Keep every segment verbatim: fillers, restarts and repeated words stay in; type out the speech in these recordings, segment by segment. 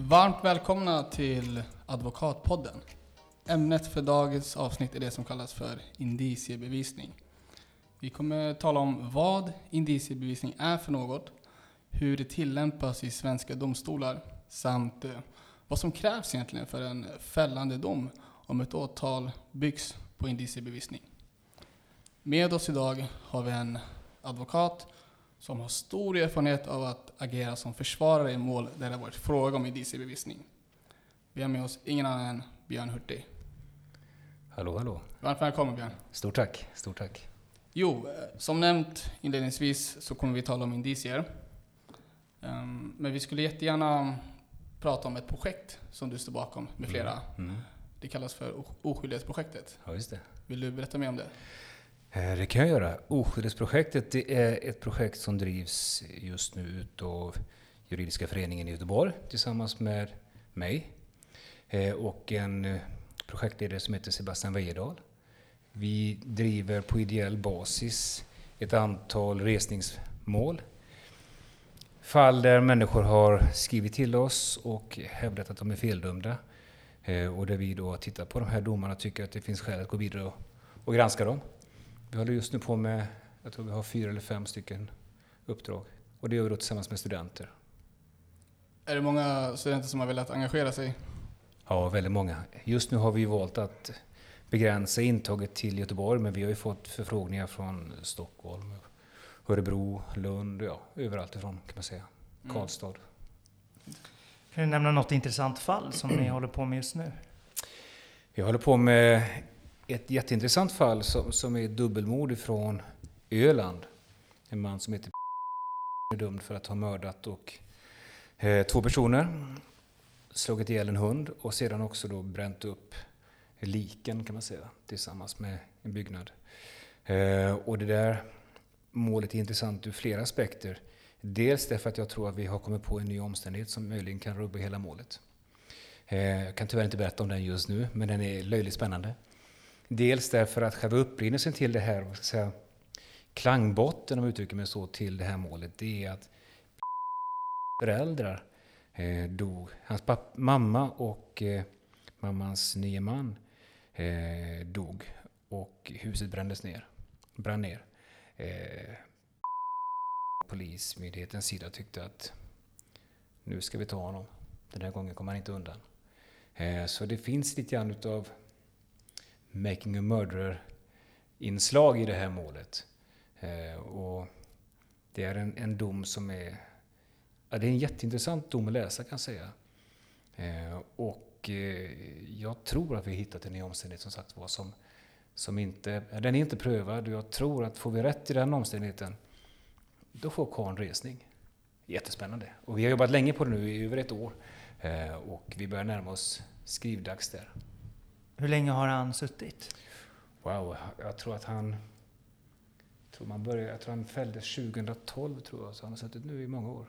Varmt välkomna till Advokatpodden. Ämnet för dagens avsnitt är det som kallas för indiciebevisning. Vi kommer tala om vad indiciebevisning är för något, hur det tillämpas i svenska domstolar samt vad som krävs egentligen för en fällande dom om ett åtal byggs på indiciebevisning. Med oss idag har vi en advokat som har stor erfarenhet av att agera som försvarare i mål där det har varit fråga om indiciebevisning. Vi har med oss ingen annan än Björn Hurtig. Hallå, hallå. Varmt välkommen, Björn. Stort tack, stort tack. Jo, som nämnt inledningsvis så kommer vi tala om indicier. Men vi skulle jättegärna prata om ett projekt som du står bakom med flera. Mm. Mm. Det kallas för oskyldighetsprojektet. Ja, just det. Vill du berätta mer om det? Det kan jag göra. Oskyldighetsprojektet, det är ett projekt som drivs just nu utav Juridiska föreningen i Göteborg tillsammans med mig och en projektledare som heter Sebastian Wejedal. Vi driver på ideell basis ett antal resningsmål. Fall där människor har skrivit till oss och hävdat att de är feldömda. Och där vi då tittar på de här domarna och tycker att det finns skäl att gå vidare och, och granska dem. Vi håller just nu på med, jag tror vi har fyra eller fem stycken uppdrag. Och det gör vi då tillsammans med studenter. Är det många studenter som har velat engagera sig? Ja, väldigt många. Just nu har vi valt att begränsa intaget till Göteborg, men vi har ju fått förfrågningar från Stockholm, Örebro, Lund, ja, överallt ifrån kan man säga. Mm. Karlstad. Kan du nämna något intressant fall som ni håller på med just nu? Vi håller på med ett jätteintressant fall som, som är dubbelmord från Öland. En man som heter är dömd för att ha mördat och eh, två personer, slagit ihjäl en hund och sedan också då bränt upp liken kan man säga tillsammans med en byggnad. Eh, och det där målet är intressant ur flera aspekter. Dels därför att jag tror att vi har kommit på en ny omständighet som möjligen kan rubba hela målet. Eh, jag kan tyvärr inte berätta om den just nu, men den är löjligt spännande. Dels därför att själva upprinnelsen till det här, vad ska jag säga, klangbotten om jag uttrycker mig så, till det här målet, det är att föräldrar eh, dog. Hans papp, mamma och eh, mammans nya man eh, dog och huset brändes ner, brann ner. Eh, Polismyndighetens sida tyckte att nu ska vi ta honom. Den här gången kommer han inte undan. Eh, så det finns lite grann utav making a murderer-inslag i det här målet. Eh, och det är en, en dom som är... Ja, det är en jätteintressant dom att läsa kan jag säga. Eh, och eh, jag tror att vi har hittat en ny omständighet som sagt var som, som inte... Den är inte prövad och jag tror att får vi rätt i den omständigheten då får karln resning. Jättespännande. Och vi har jobbat länge på det nu i över ett år. Eh, och vi börjar närma oss skrivdags där. Hur länge har han suttit? Wow, jag tror att han... Jag tror, man började, jag tror han fälldes tjugohundratolv tror jag. Så han har suttit nu i många år.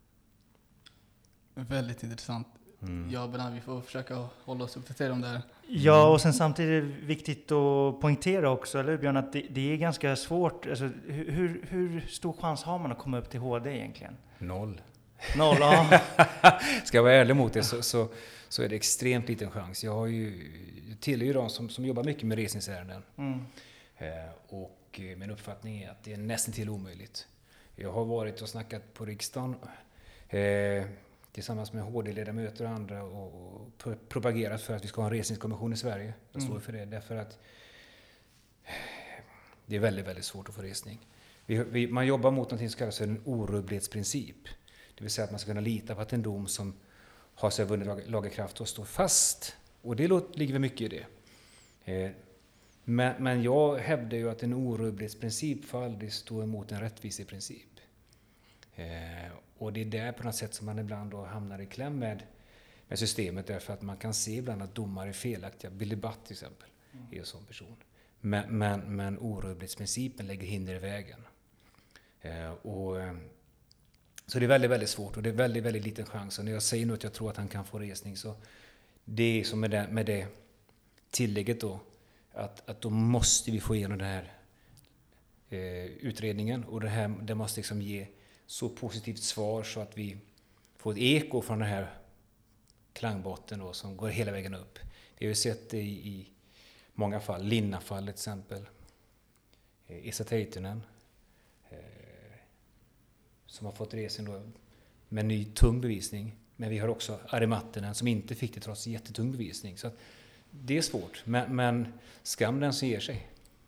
Väldigt intressant. Mm. Ja, men vi får försöka hålla oss uppdaterade om det här. Ja, och sen samtidigt är det viktigt att poängtera också, eller Björn, att det, det är ganska svårt. Alltså, hur, hur stor chans har man att komma upp till H D egentligen? Noll. Noll, ja. Ska jag vara ärlig mot det så, så, så är det extremt liten chans. Jag har ju tillhör ju de som, som jobbar mycket med resningsärenden. Mm. Eh, och min uppfattning är att det är nästan till omöjligt. Jag har varit och snackat på riksdagen eh, tillsammans med H D-ledamöter och andra och, och propagerat för att vi ska ha en resningskommission i Sverige. Jag står mm. för det därför att det är väldigt, väldigt svårt att få resning. Vi, vi, man jobbar mot något som kallas för en orubblighetsprincip. Det vill säga att man ska kunna lita på att en dom som har sig vunnit lag, lagerkraft och står fast. Och det låter, ligger väl mycket i det. Eh, men, men jag hävdar ju att en orubblighetsprincip får aldrig stå emot en rättviseprincip. Eh, och det är där på något sätt som man ibland då hamnar i kläm med, med systemet. Därför att man kan se ibland att domar är felaktiga. Billy Butt till exempel mm. är en sån person. Men, men, men orubblighetsprincipen lägger hinder i vägen. Eh, och... Så det är väldigt, väldigt svårt och det är väldigt, väldigt liten chans. Och när jag säger nu att jag tror att han kan få resning så det är som med det, med det tillägget då. Att, att då måste vi få igenom den här eh, utredningen och det här det måste liksom ge så positivt svar så att vi får ett eko från den här klangbotten då, som går hela vägen upp. Vi har ju sett det i, i många fall, Linnafallet till exempel, eh, Esa Teitonen, eh, som har fått resen då med ny tung bevisning. Men vi har också Ari Mattinen som inte fick det trots jättetung bevisning. Så att det är svårt, men, men skam den som ger sig.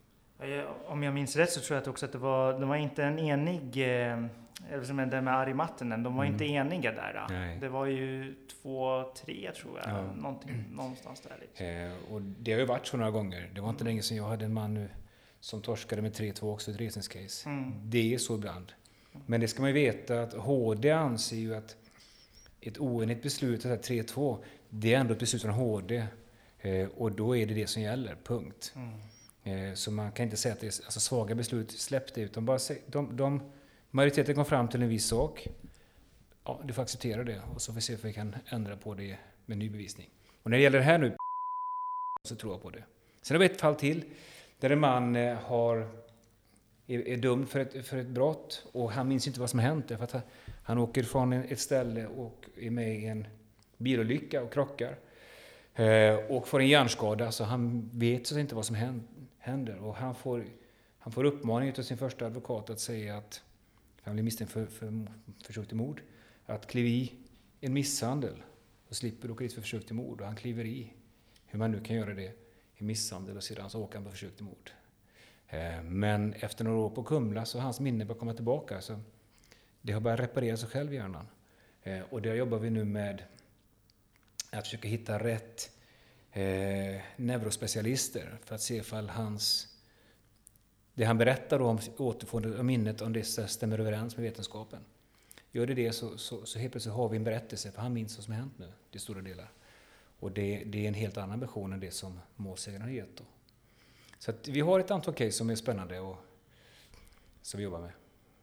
Om jag minns rätt så tror jag också att det var, det var inte en enig, eller som det med Ari Mattinen, de var mm. inte eniga där. Nej. Det var ju två, tre tror jag, ja. Någonting, någonstans där. Liksom. Eh, och det har ju varit så några gånger. Det var inte mm. länge sedan jag hade en man nu som torskade med tre två också i ett resningscase. Mm. Det är så ibland. Men det ska man ju veta att H D anser ju att ett oenigt beslut, tre två, det är ändå ett beslut från H D. Eh, och då är det det som gäller, punkt. Mm. Eh, så man kan inte säga att det är alltså, svaga beslut släppte ut. De bara, de, de, majoriteten kom fram till en viss sak. Ja, du får acceptera det. Och så får vi se om vi kan ändra på det med ny bevisning. Och när det gäller det här nu så tror jag på det. Sen har vi ett fall till där en man eh, har, är, är dömd för ett, för ett brott och han minns inte vad som hänt. För att han, han åker från ett ställe och är med i en bilolycka och krockar. Eh, och får en hjärnskada så han vet så inte vad som händer. Och han får, han får uppmaning av sin första advokat att säga att han blir misstänkt för, för försök till mord. Att kliva i en misshandel och slipper åka dit för försök till mord. Och han kliver i, hur man nu kan göra det, i misshandel och sedan så åker han på försök till mord. Eh, men efter några år på Kumla så har hans minne börjat komma tillbaka. Så det har börjat reparera sig själv i hjärnan. Eh, och där jobbar vi nu med att försöka hitta rätt eh, neurospecialister för att se ifall hans, det han berättar om återfåendet av minnet, om det stämmer överens med vetenskapen. Gör det det så, så, så helt plötsligt har vi en berättelse, för han minns vad som har hänt nu, i stora delar. Och det, det är en helt annan version än det som målsägaren har gett då. Så att vi har ett antal case som är spännande och som vi jobbar med.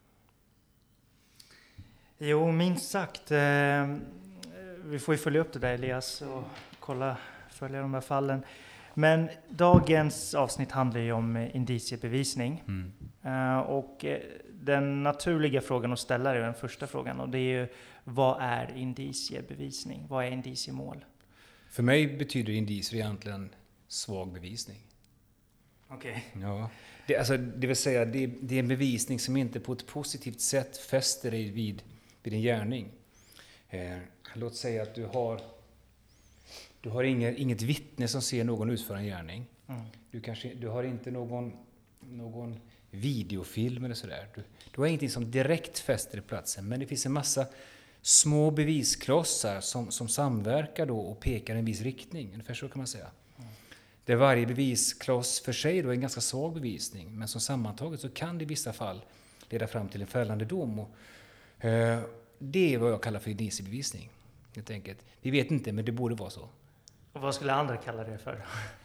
Jo, minst sagt. Eh, vi får ju följa upp det där, Elias, och kolla, följa de här fallen. Men dagens avsnitt handlar ju om indiciebevisning. Mm. Uh, och uh, den naturliga frågan att ställa är den första frågan. Och det är ju, vad är indiciebevisning? Vad är indiciemål? För mig betyder indicier egentligen svag bevisning. Okej. Okay. Ja. Det, alltså, det vill säga, det, det är en bevisning som inte på ett positivt sätt fäster dig vid, vid en gärning. Eh, låt säga att du har, du har inget, inget vittne som ser någon utföra en gärning. Mm. Du, kanske, du har inte någon, någon videofilm eller sådär. Du, du har ingenting som direkt fäster i platsen, men det finns en massa små bevisklossar som, som samverkar då och pekar i en viss riktning. Ungefär så kan man säga. Mm. Där varje beviskloss för sig då är en ganska svag bevisning, men som sammantaget så kan det i vissa fall leda fram till en fällande dom. Och, eh, det är vad jag kallar för indiciebevisning. Helt enkelt. Vi vet inte, men det borde vara så. Och vad skulle andra kalla det för?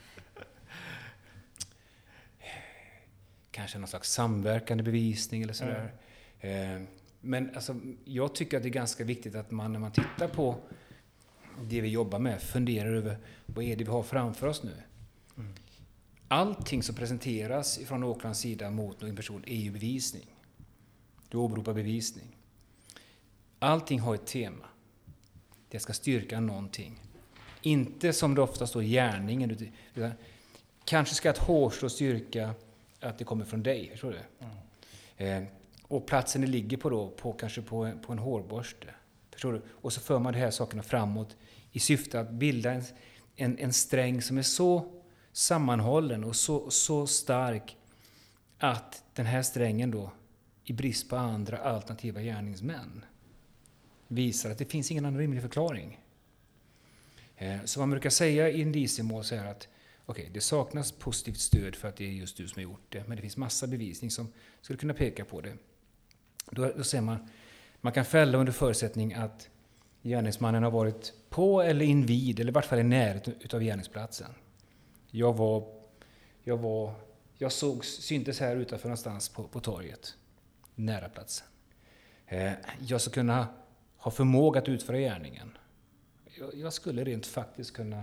Kanske någon slags samverkande bevisning eller sådär. Mm. Eh, men alltså, jag tycker att det är ganska viktigt att man när man tittar på det vi jobbar med funderar över vad är det vi har framför oss nu. Mm. Allting som presenteras från åklagarens sida mot någon person är ju bevisning. Du åberopar bevisning. Allting har ett tema. Det ska styrka någonting. Inte som det ofta står gärningen. Utan kanske ska ett hårstrå styrka att det kommer från dig. Förstår du? Mm. Eh, och platsen det ligger på då, på, kanske på en, på en hårborste. Förstår du? Och så för man de här sakerna framåt i syfte att bilda en, en, en sträng som är så sammanhållen och så, så stark att den här strängen då, i brist på andra alternativa gärningsmän, visar att det finns ingen annan rimlig förklaring. Eh, så man brukar säga i indiciemål så här att okej, okay, det saknas positivt stöd för att det är just du som har gjort det, men det finns massa bevisning som skulle kunna peka på det. Då, då säger man, man kan fälla under förutsättning att gärningsmannen har varit på eller invid, eller i vart fall i närheten utav gärningsplatsen. Jag var, jag var, jag såg, syntes här utanför någonstans på, på torget, nära platsen. Eh, jag ska kunna ha förmåga att utföra gärningen. Jag, jag skulle rent faktiskt kunna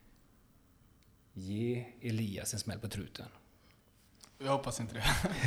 ge Elias en smäll på truten. Jag hoppas inte det.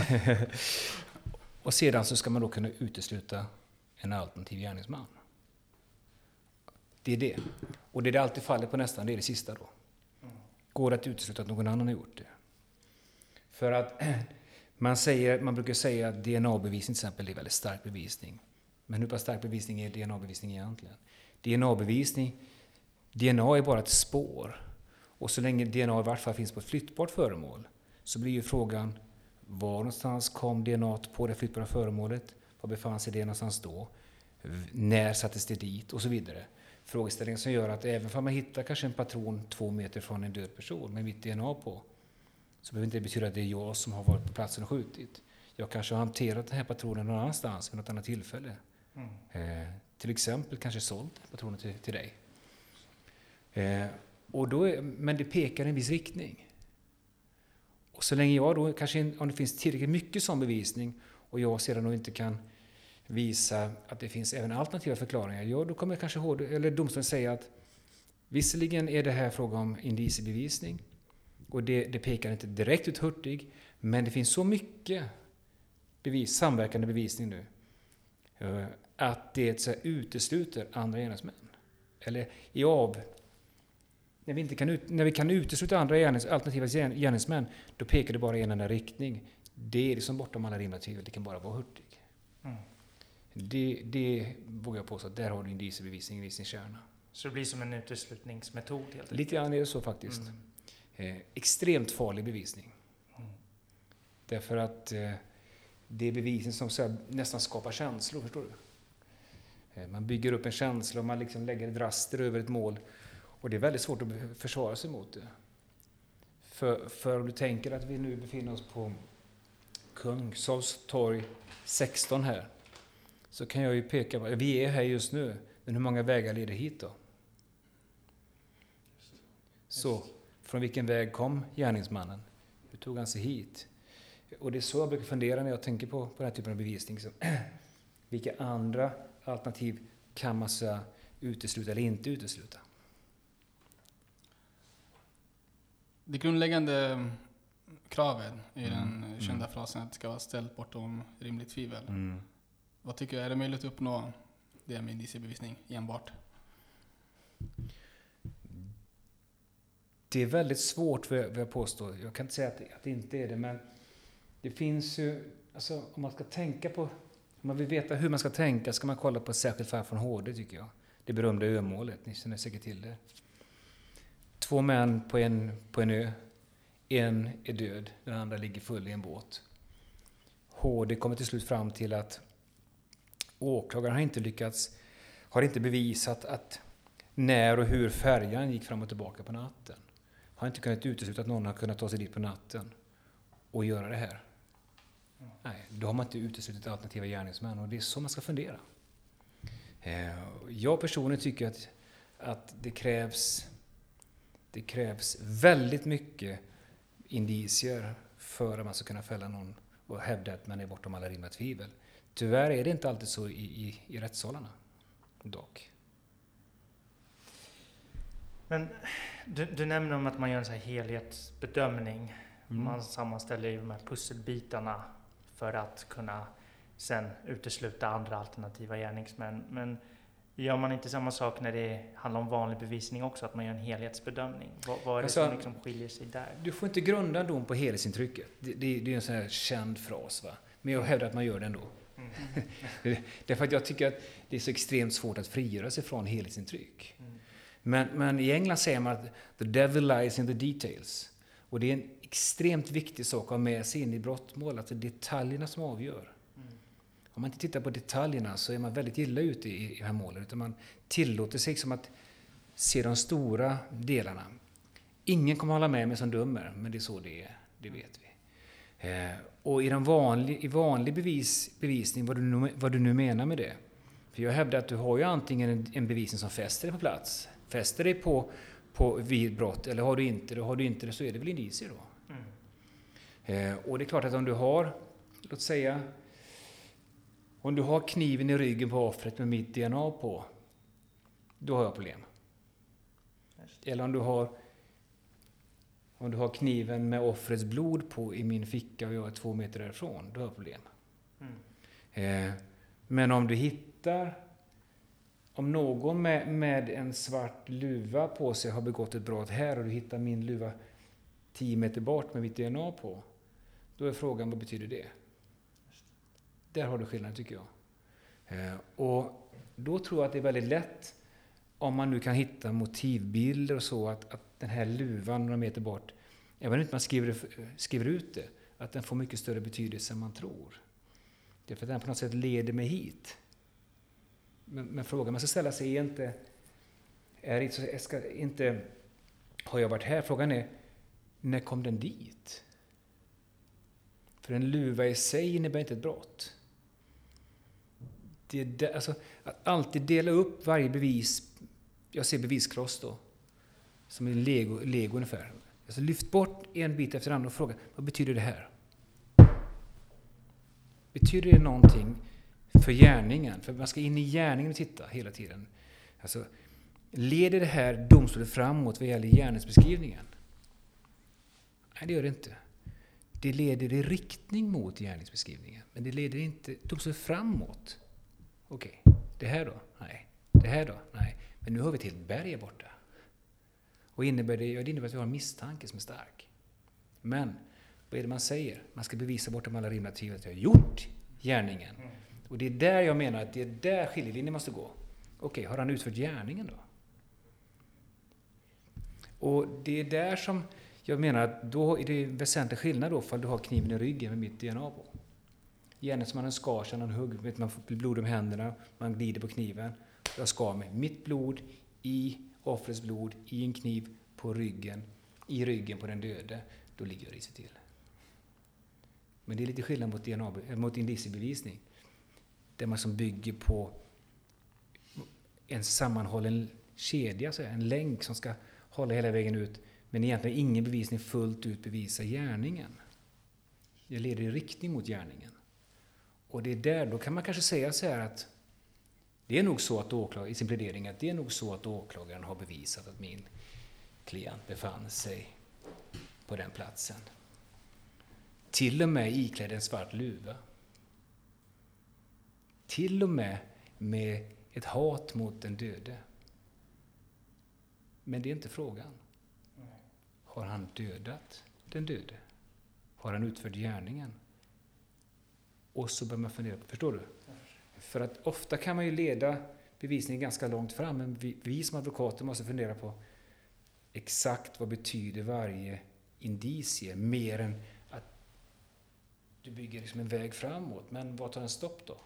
Och sedan så ska man då kunna utesluta en alternativ gärningsman. Det är det. Och det det alltid faller på nästan, det är det sista då. Går det att utesluta att någon annan har gjort det? För att man, säger, man brukar säga att D N A-bevisning till exempel är väldigt stark bevisning. Men hur pass stark bevisning är D N A-bevisning egentligen? D N A-bevisning, D N A är bara ett spår. Och så länge D N A i vart fall finns på ett flyttbart föremål så blir ju frågan, var någonstans kom D N A på det flyttbara föremålet? Var befann sig det någonstans då? När sattes det dit? Och så vidare. Frågeställningar som gör att även om man hittar kanske en patron två meter från en död person med mitt D N A på, så behöver inte det betyda att det är jag som har varit på platsen och skjutit. Jag kanske har hanterat den här patronen någon annanstans vid något annat tillfälle. Mm. Eh, till exempel kanske sålt patronen till, till dig. Eh, och då är, men det pekar i en viss riktning. Och så länge jag då, kanske om det finns tillräckligt mycket som bevisning och jag sedan då inte kan visa att det finns även alternativa förklaringar, ja, då kommer kanske H D, eller domstolen säga att visserligen är det här fråga om indiciebevisning och det, det pekar inte direkt ut Hurtig, men det finns så mycket bevis, samverkande bevisning nu att det så här, utesluter andra gärningsmän. Eller i av när vi, inte kan ut, när vi kan utesluta andra gärnings, alternativa gärningsmän, då pekar det bara i en enda riktning. Det är liksom bortom alla rimliga tvivel, det kan bara vara Hurtig. Mm. Det, det vågar jag påstå att där har du indiciebevisning i sin kärna. Så det blir som en uteslutningsmetod helt enkelt? Lite grann är det så faktiskt. Mm. Eh, extremt farlig bevisning. Mm. Därför att eh, det är bevisning som så här, nästan skapar känslor, förstår du? Eh, man bygger upp en känsla och man liksom lägger ett raster över ett mål. Och det är väldigt svårt att försvara sig mot det. För, för om du tänker att vi nu befinner oss på Kungsholms torg sexton här, så kan jag ju peka på, vi är här just nu, men hur många vägar leder hit då? Så, från vilken väg kom gärningsmannen? Hur tog han sig hit? Och det är så jag brukar fundera när jag tänker på, på den här typen av bevisning. Så, vilka andra alternativ kan man så utesluta eller inte utesluta? Det grundläggande kravet i mm. den mm. kända frasen att det ska vara ställt bortom rimligt tvivel. Mm. Vad tycker du, är det möjligt att uppnå det med indiciebevisning enbart? Det är väldigt svårt, vad jag påstår. Jag kan inte säga att det, att det inte är det, men det finns ju, alltså om man ska tänka på, om man vill veta hur man ska tänka, ska man kolla på ett särskilt fall från H D, tycker jag. Det berömda ömålet, ni känner säkert till det. Två män på en, på en ö. En är död, den andra ligger full i en båt. H D kommer till slut fram till att åklagaren har inte lyckats, har inte bevisat att när och hur färjan gick fram och tillbaka på natten. Har inte kunnat utesluta att någon har kunnat ta sig dit på natten och göra det här. Mm. Nej, då har man inte uteslutit alternativa gärningsmän, och det är så man ska fundera. Jag personligen tycker att, att det krävs det krävs väldigt mycket indicier för att man ska kunna fälla någon och hävda att man är bortom alla rimliga tvivel. Tyvärr är det inte alltid så i, i, i rättssalarna dock. Men du, du nämner om att man gör en så här helhetsbedömning. Mm. Man sammanställer ju de här pusselbitarna för att kunna sen utesluta andra alternativa gärningsmän. Men gör man inte samma sak när det handlar om vanlig bevisning också, att man gör en helhetsbedömning? Vad, vad är det alltså, som liksom skiljer sig där? Du får inte grunda en dom på helhetsintrycket. Det, det, det är en sån här känd fras, va? Men jag hävdar att man gör det ändå. Mm. Därför att jag tycker att det är så extremt svårt att frigöra sig från helhetsintryck. Mm. Men, men i England säger man att the devil lies in the details. Och det är en extremt viktig sak att ha med sig in i brottmål, att det är detaljerna som avgör. Mm. Om man inte tittar på detaljerna så är man väldigt illa ute i, i det här målet. Utan man tillåter sig som att se de stora delarna. Ingen kommer hålla med mig som dömer, men det är så det är, det vet vi. Eh, och i, den vanlig, i vanlig bevis, bevisning, vad du, nu, vad du nu menar med det. För jag hävdar att du har ju antingen en, en bevisning som fäster dig på plats. Fäster dig på, på vid brott, eller har du inte det, har du inte det, så är det väl indicier då. Mm. Eh, och det är klart att om du har, låt säga, om du har kniven i ryggen på offret med mitt D N A på, då har jag problem. Eller om du har om du har kniven med offrets blod på i min ficka och jag är två meter därifrån, då har jag problem. Mm. Eh, men om du hittar om någon med, med en svart luva på sig har begått ett brott här och du hittar min luva tio meter bort med mitt D N A på, då är frågan, vad betyder det? Där har du skillnaden, tycker jag. Eh, och då tror jag att det är väldigt lätt, om man nu kan hitta motivbilder och så, att, att den här luvan några meter bort, även om inte man skriver, skriver ut det, att den får mycket större betydelse än man tror. Det är för att den på något sätt leder mig hit. Men, men frågan man ska ställa sig är inte, är inte, ska inte, har jag varit här? Frågan är, när kom den dit? För en luva i sig innebär inte ett brott. Det är där, alltså, att alltid dela upp varje bevis, jag ser beviskross då, som en lego, lego ungefär. Alltså lyft bort en bit efter andra och fråga, vad betyder det här? Betyder det någonting för gärningen? För man ska in i gärningen och titta hela tiden. Alltså, leder det här domstolen framåt vad gäller gärningsbeskrivningen? Nej, det gör det inte. Det leder i riktning mot gärningsbeskrivningen, men det leder inte domstolen framåt. Okej, okay. Det här då? Nej. Det här då? Nej. Men nu har vi ett helt berg borta. Och innebär det, ja, det innebär att vi har en misstanke som är stark. Men vad är det man säger? Man ska bevisa bortom alla rimliga tvivel att jag har gjort gärningen. Mm. Och det är där jag menar att det är där skiljelinjen måste gå. Okej, okay, har han utfört gärningen då? Och det är där som jag menar att då är det en väsentlig skillnad då, för du har kniven i ryggen med mitt D N A på. Gärningsmannen skar sig, han hugg, man får blod om händerna, man glider på kniven. Jag skar med mitt blod i offrets blod, i en kniv på ryggen, i ryggen på den döde. Då ligger jag risigt till. Men det är lite skillnad mot D N A, mot indiciebevisning. Där man som bygger på en sammanhållen kedja, så en länk som ska hålla hela vägen ut. Men egentligen ingen bevisning fullt ut bevisar gärningen. Det leder i riktning mot gärningen. Och det är där, då kan man kanske säga så här att det är nog så att åklagaren, i sin plädering, att det är nog så att åklagaren har bevisat att min klient befann sig på den platsen. Till och med iklädd en svart luva. Till och med med ett hat mot den döde. Men det är inte frågan. Har han dödat den döde? Har han utfört gärningen? Och så bör man fundera på, förstår du? För att ofta kan man ju leda bevisningen ganska långt fram, men vi, vi som advokater måste fundera på exakt vad betyder varje indicie, mer än att du bygger liksom en väg framåt. Men vad tar en stopp då?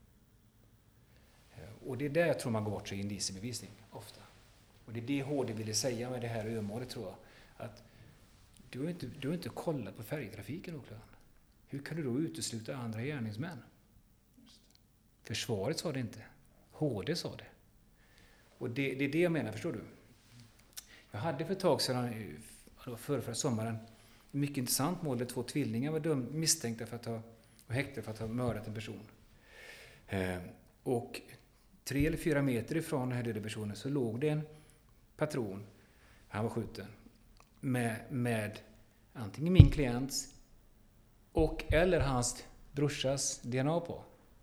Och det är där jag tror man går bort sig i indiciebevisning ofta. Och det är det H D ville säga med det här ömålet, tror jag. Att du har inte, du har inte kollat på färjetrafiken, åklagaren. Hur kan du då utesluta andra gärningsmän? Försvaret sa det inte. H D sa det. Och det, det är det jag menar, förstår du? Jag hade för ett tag sedan, förra, förra sommaren, ett mycket intressant mål där två tvillingar var döm, misstänkta för att ha, och häktade för att ha mördat en person. Eh, och tre eller fyra meter ifrån den här döda personen så låg det en patron, han var skjuten, med, med antingen min klients och eller hans brorsas D N A på.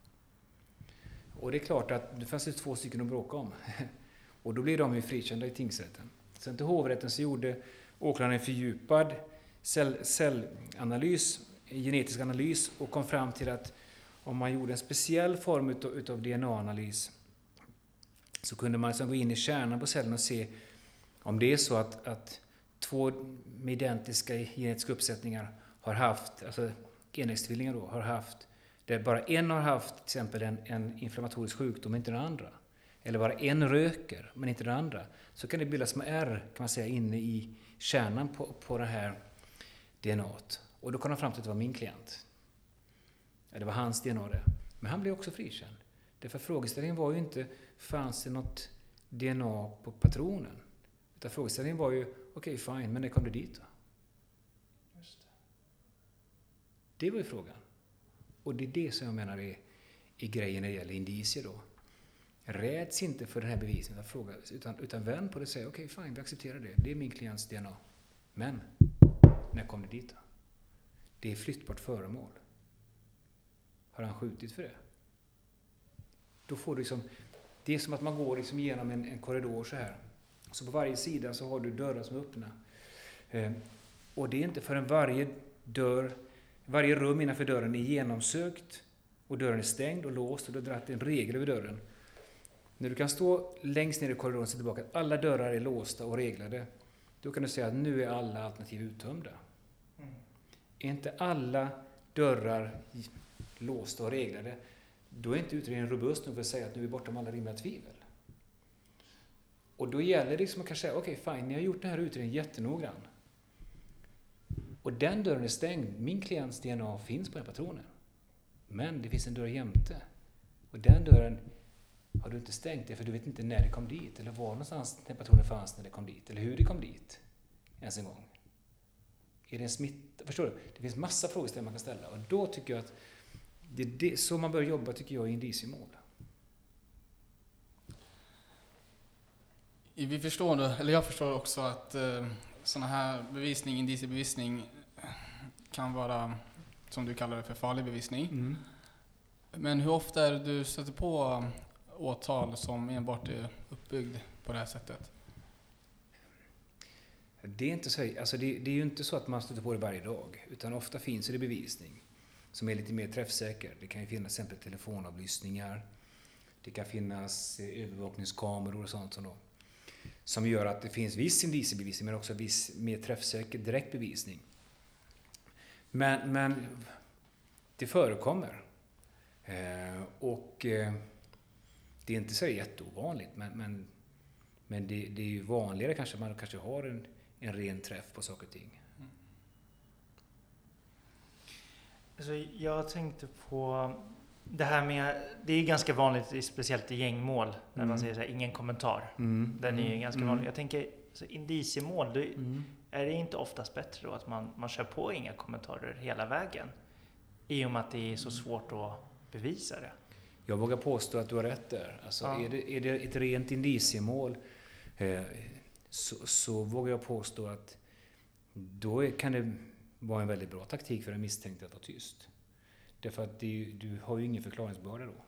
Och det är klart att det fanns två stycken att bråka om. Och då blev de ju frikända i tingsrätten. Sen till hovrätten så gjorde åklagaren en fördjupad cell, cellanalys, genetisk analys, och kom fram till att om man gjorde en speciell form utav, utav D N A-analys så kunde man liksom gå in i kärnan på cellen och se om det är så att, att två med identiska genetiska uppsättningar har haft, alltså enäggstvillingar då, har haft, där bara en har haft till exempel en, en inflammatorisk sjukdom men inte den andra. Eller bara en röker men inte den andra. Så kan det bildas små ärr, kan man säga, inne i kärnan på, på det här D N A-t. Och då kom de fram till att det var min klient. Ja, det var hans D N A det. Men han blev också frikänd. Därför frågeställningen var ju inte, fanns det något D N A på patronen? Utan frågeställningen var ju, okej, okay, fine, men när kom du dit då? Just det. Det var ju frågan. Och det är det som jag menar är, är grejen när det gäller indicier då. Räds inte för den här bevisningen, fråga, utan, utan vänd på det och säga, okej, okay, fine, vi accepterar det. Det är min klients D N A. Men, när kom du dit då? Det är flyttbart föremål. Har han skjutit för det? Då får du liksom, Det är som att man går liksom genom en, en korridor så här. Så på varje sida så har du dörrar som är öppna. Eh, och det är inte förrän varje dörr, varje rum innanför dörren är genomsökt och dörren är stängd och låst och du har dragit en regel över dörren. När du kan stå längst ner i korridoren och se tillbaka att alla dörrar är låsta och reglade, då kan du säga att nu är alla alternativ uttömda. Mm. Är inte alla dörrar låsta och reglade, då är inte utredningen robust nog för att säga att nu är vi bortom alla rimliga tvivel. Och då gäller det liksom att kanske säga, okej, okay, fine, ni har gjort den här utredningen jättenogrann. Och den dörren är stängd. Min klients D N A finns på den patronen. Men det finns en dörr jämte. Och den dörren har du inte stängt det för du vet inte när det kom dit. Eller var någonstans den patronen fanns när det kom dit. Eller hur det kom dit. Ens en gång. Är det en smitta? Förstår du? Det finns massa frågeställningar man kan ställa. Och då tycker jag att det är det, så man bör jobba tycker jag i indiciemål. Vi förstår, eller jag förstår också att eh, sådana här bevisning, indiciebevisning kan vara, som du kallar det för, farlig bevisning. Mm. Men hur ofta är det du stöter på åtal som enbart är uppbyggd på det här sättet? Det är, inte så, alltså det, det är ju inte så att man stöter på det varje dag, utan ofta finns det bevisning som är lite mer träffsäker. Det kan ju finnas exempel telefonavlyssningar, det kan finnas övervakningskameror och sånt som, då, som gör att det finns viss indiciebevisning men också viss mer träffsäker direktbevisning. Men, men det förekommer. Eh, och eh, det är inte så jätteovanligt, men, men, men det, det är ju vanligare kanske man kanske har en, en ren träff på saker och ting. Mm. Alltså, jag tänkte på det här med, det är ganska vanligt, speciellt i gängmål, när mm. man säger så här, ingen kommentar. Mm. Den är ju ganska mm. vanlig. Jag tänker, så indiciemål, det, mm. är det inte oftast bättre då att man, man kör på inga kommentarer hela vägen? I och med att det är så svårt att bevisa det. Jag vågar påstå att du har rätt där. Alltså, ja. är, det, är det ett rent indiciemål eh, så, så vågar jag påstå att då kan det vara en väldigt bra taktik för en misstänkt att vara tyst. Därför att det, du har ju ingen förklaringsbörda då.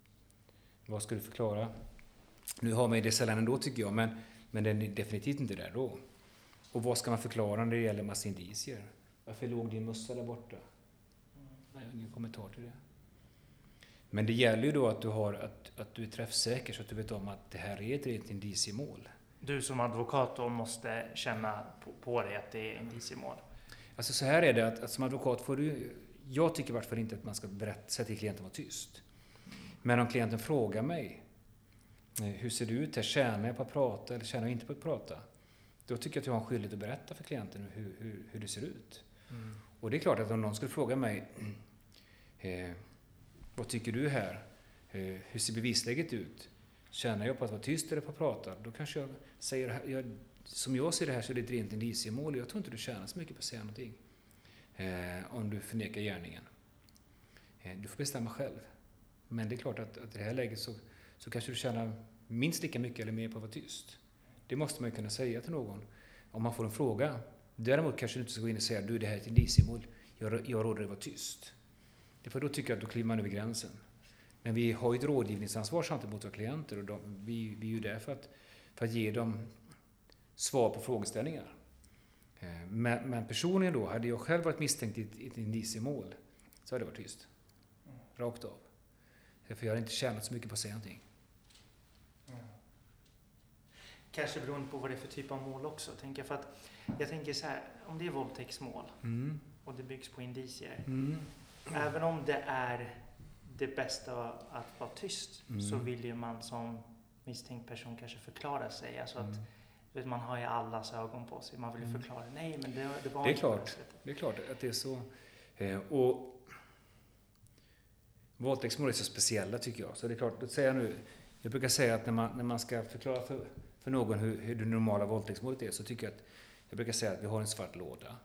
Vad ska du förklara? Nu har man ju det sällan ändå tycker jag, men, men den är definitivt inte där då. Och vad ska man förklara när det gäller massa indicier? Varför låg din mössa där borta? Nej, jag har ingen kommentar till det. Men det gäller ju då att du, har, att, att du är träffsäker så att du vet om att det här är ett rent indiciemål. Du som advokat då måste känna på, på dig att det är indiciemål. Alltså så här är det att, att som advokat får du... Jag tycker i vart fall inte att man ska berätta, säga till klienten att vara tyst. Men om klienten frågar mig, hur ser det ut här? Tjänar jag på att prata eller tjänar jag inte på att prata? Då tycker jag att jag har en skyldighet att berätta för klienten hur, hur, hur det ser ut. Mm. Och det är klart att om någon skulle fråga mig, eh, vad tycker du här? Eh, hur ser bevisläget ut? Tjänar jag på att vara tyst eller på att prata? Då kanske jag säger, jag, som jag ser det här så är det ett rent indiciemål. Jag tror inte du tjänar så mycket på att säga någonting. Eh, om du förnekar gärningen. Eh, du får bestämma själv. Men det är klart att, att i det här läget så, så kanske du tjänar minst lika mycket eller mer på att vara tyst. Det måste man ju kunna säga till någon om man får en fråga. Däremot kanske du inte ska gå in och säga du, det här är ett indiciemål. Jag, jag råder dig att vara tyst. För då tycker jag att då kliver man över gränsen. Men vi har ju ett rådgivningsansvar samtidigt mot våra klienter. Och de, vi, vi är ju där för att, för att ge dem svar på frågeställningar. Men, men personligen då, hade jag själv varit misstänkt i ett, i ett indiciemål så hade jag varit tyst. Rakt av. För jag hade inte tjänat så mycket på att säga någonting. Mm. Kanske beroende på vad det är för typ av mål också. Tänker jag, för att jag tänker så här, om det är våldtäktsmål mm. och det byggs på indicier. Mm. Även om det är det bästa att vara tyst mm. så vill ju man som misstänkt person kanske förklara sig. Alltså att mm. man har ju allas ögon på sig. Man vill ju mm. förklara, nej men det, det var det är klart. Det är klart att det är så. Eh, och våldtäktsmål är så speciella tycker jag. Så det är klart, då säger jag nu, jag brukar säga att när man, när man ska förklara för, för någon hur, hur det normala våldtäktsmålet är så tycker jag att jag brukar säga att vi har en svart låda.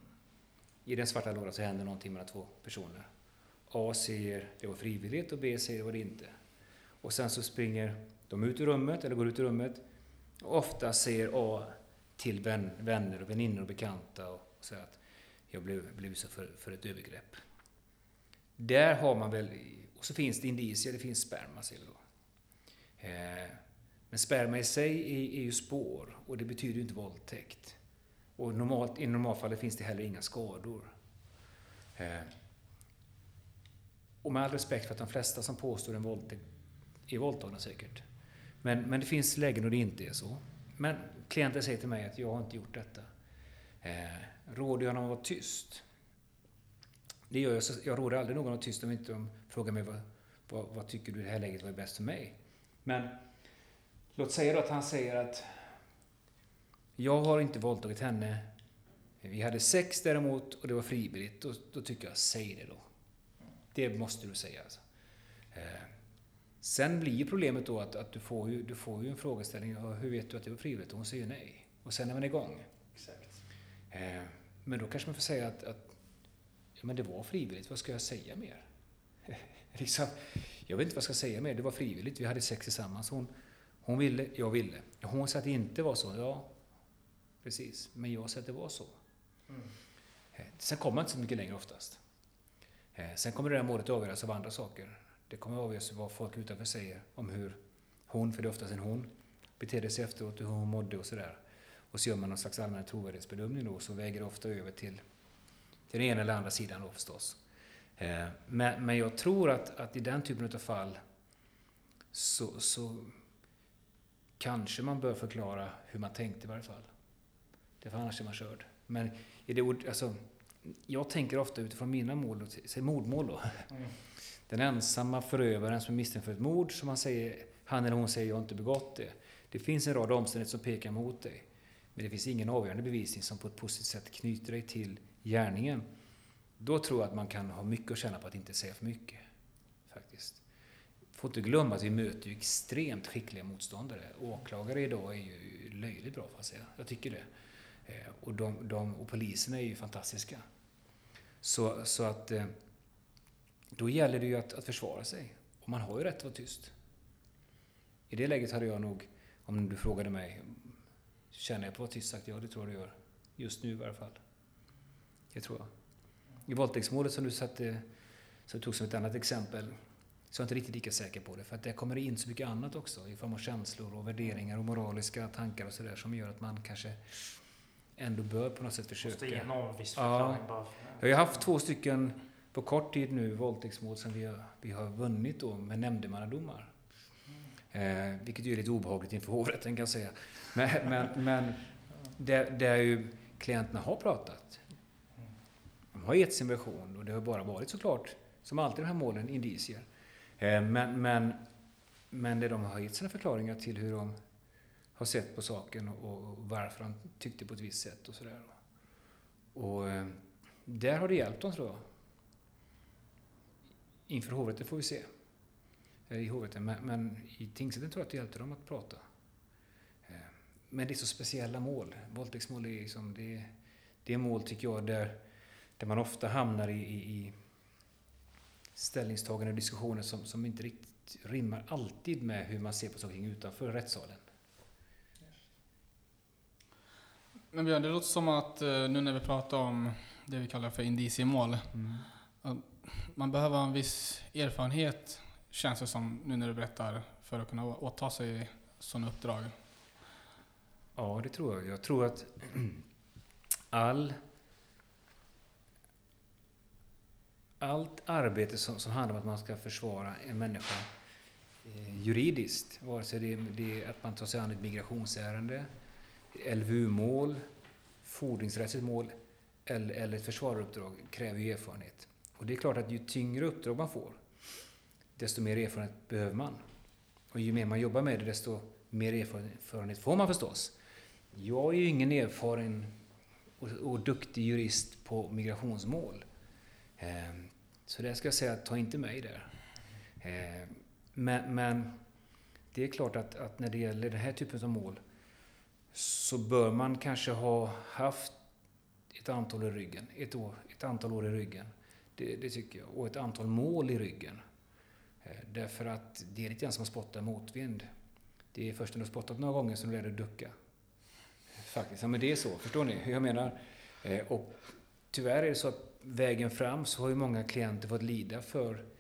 I den svarta lådan så händer någonting mellan två personer. A säger det var frivilligt och B säger det var det inte. Och sen så springer de ut ur rummet eller går ut ur rummet. Och ofta säger A till vän, vänner och väninnor och bekanta och säger att jag blev, blev så för, för ett övergrepp. Där har man väl, och så finns det indicier, det finns sperma säger vi då. Eh, men sperma i sig är, är ju spår och det betyder ju inte våldtäkt. Och normalt, i normalfallet finns det heller inga skador. Eh, och med all respekt för att de flesta som påstår en våldtäkt är våldtagna säkert. Men, men det finns lägen och det inte är så. Men klienten säger till mig att jag har inte gjort detta. Eh, råder jag någon att vara tyst? Det gör jag, så, jag råder aldrig någon att vara tyst om inte de frågar mig vad, vad, vad tycker du i det här läget var bäst för mig. Men låt säga då att han säger att jag har inte våldtagit henne. Vi hade sex däremot och det var frivilligt. Då, då tycker jag, säg det då. Det måste du säga. Alltså. Eh, sen blir ju problemet då att, att du, får ju, du får ju en frågeställning. Hur vet du att det var frivilligt? Och hon säger nej. Och sen är man igång. Exakt. Eh, men då kanske man får säga att, att ja, men det var frivilligt. Vad ska jag säga mer? liksom, jag vet inte vad jag ska säga mer. Det var frivilligt. Vi hade sex tillsammans. Hon, hon ville, jag ville. Hon sa att det inte var så. Ja, precis. Men jag sa att det var så. Mm. Eh, sen kommer man inte så mycket längre oftast. Eh, sen kommer det där målet avgöras av andra saker. Det kommer avgöras av vad folk utanför säger om hur hon, för det är oftast en hon, betedde sig efteråt, hur hon mådde och sådär. Och så gör man någon slags allmän trovärdighetsbedömning då, så väger det ofta över till, till den ena eller andra sidan då förstås. Eh, men, men jag tror att, att i den typen av fall så, så kanske man bör förklara hur man tänkte i varje fall. Därför annars är man körd. Men i det ord, alltså, jag tänker ofta utifrån mina mål, säg mordmål då. Mm. Den ensamma förövaren som är misstänkt för ett mord, som man säger, han eller hon säger jag har inte begått det. Det finns en rad omständigheter som pekar mot dig. Men det finns ingen avgörande bevisning som på ett positivt sätt knyter dig till gärningen. Då tror jag att man kan ha mycket att känna på att inte säga för mycket. Faktiskt. Får inte glömma att vi möter ju extremt skickliga motståndare. Åklagare idag är ju löjligt bra, för att säga. Jag tycker det. Och, de, de, och poliserna är ju fantastiska. Så, så att då gäller det ju att, att försvara sig. Och man har ju rätt att vara tyst. I det läget hade jag nog, om du frågade mig, känner jag på att vara tyst, sagt ja, det tror jag du gör. Just nu i varje fall. Det tror jag. I våldtäktsmålet som du satte, så du tog som ett annat exempel, så är jag inte riktigt lika säker på det. För att det kommer in så mycket annat också, i form av känslor och värderingar och moraliska tankar och sådär, som gör att man kanske ändå bör på något sätt försöka. Måste ge någon viss förklaring bara. Jag har haft två stycken på kort tid nu våldtäktsmål som vi har, vi har vunnit då med nämndemannadomar. Mm. Eh, vilket ju är lite obehagligt inför hovrätten kan jag säga. Men, men, men där, där ju klienterna har pratat. De har gett sin version och det har bara varit såklart, som alltid de här målen, indicier. Eh, men, men, men det de har gett sina förklaringar till hur de har sett på saken och, och varför de tyckte på ett visst sätt och sådär. Och eh, där har det hjälpt dem, tror jag. Inför hovrätten får vi se. I hovrätten. Men, men i tingsrätten tror jag att det hjälpte dem att prata. Eh, men det är så speciella mål. Våldtäktsmål är liksom, det, det är mål, tycker jag, där, där man ofta hamnar i, i, i ställningstagande och diskussioner som, som inte riktigt rimmar alltid med hur man ser på saker utanför rättssalen. Men Björn, det låter som att nu när vi pratar om det vi kallar för indiciemål, mm. man behöver ha en viss erfarenhet, känns det som nu när du berättar, för att kunna åta sig sådana uppdrag. Ja, det tror jag. Jag tror att all allt arbete som, som handlar om att man ska försvara en människa eh, juridiskt, vare sig det, det är att man tar sig an ett migrationsärende, L V U-mål, fordringsrättsligt mål eller, eller ett försvararuppdrag, kräver ju erfarenhet. Och det är klart att ju tyngre uppdrag man får, desto mer erfarenhet behöver man. Och ju mer man jobbar med det, desto mer erfarenhet får man förstås. Jag är ju ingen erfaren och, och duktig jurist på migrationsmål. Eh, så det ska jag säga, ta inte mig där. Eh, men, men det är klart att, att när det gäller den här typen av mål så bör man kanske ha haft ett antal i ryggen, ett, år, ett antal år i ryggen. Det, det tycker jag. Och ett antal mål i ryggen. Eh, därför att det är lite grann som att spotta motvind. Det är först när du har spottat några gånger som du lär dig ducka. Faktiskt, ja, men det är så. Förstår ni hur jag menar? Eh, och tyvärr är det så att vägen fram så har ju många klienter fått lida för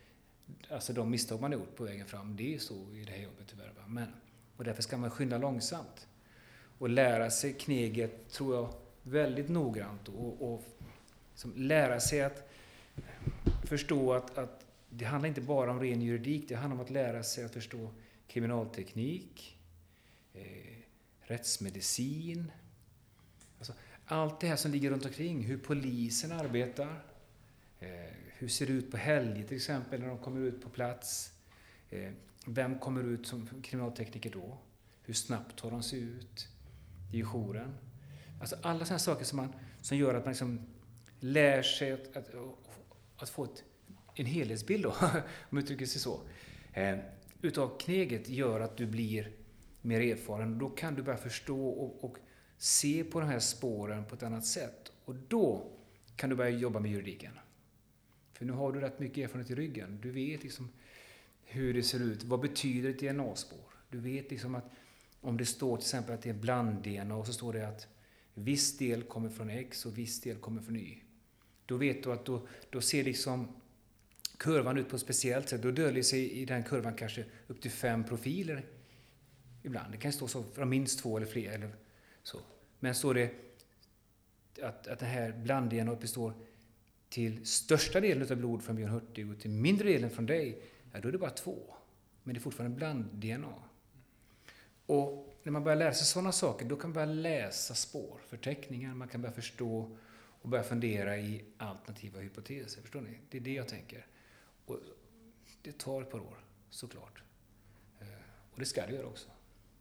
alltså de misstag man har gjort på vägen fram, det är så i det här jobbet tyvärr. Va? Men, och därför ska man skynda långsamt. Och lära sig kneget, tror jag, väldigt noggrant. Och, och liksom lära sig att förstå att, att det handlar inte bara om ren juridik, det handlar om att lära sig att förstå kriminalteknik, eh, rättsmedicin, alltså allt det här som ligger runt omkring, hur polisen arbetar, eh, hur ser det ut på helger till exempel när de kommer ut på plats, eh, vem kommer ut som kriminaltekniker då, hur snabbt tar de sig ut i jouren, alltså alla sådana saker som, man, som gör att man liksom lär sig att, att, att få ett, en helhetsbild då, om uttrycker sig så, eh, utav kneget gör att du blir mer erfaren. Då kan du börja förstå och, och se på de här spåren på ett annat sätt. Och då kan du börja jobba med juridiken. För nu har du rätt mycket erfarenhet i ryggen. Du vet liksom hur det ser ut. Vad betyder ett D N A-spår? Du vet liksom att om det står till exempel att det är bland-D N A och så står det att viss del kommer från X och viss del kommer från Y. Då vet du att då, då ser liksom kurvan ut på ett speciellt sätt. Då döljer sig i den kurvan kanske upp till fem profiler ibland. Det kan stå så från minst två eller fler. Eller så. Men står det att, att det här bland-D N A består till största delen av blod från Björn Hurtig och till mindre delen från dig, ja, då är det bara två. Men det är fortfarande bland-D N A. Och när man börjar lära sig sådana saker, då kan man börja läsa spårförteckningar. Man kan börja förstå och börja fundera i alternativa hypoteser. Förstår ni? Det är det jag tänker. Och det tar ett par år, såklart. Och det ska det göra också.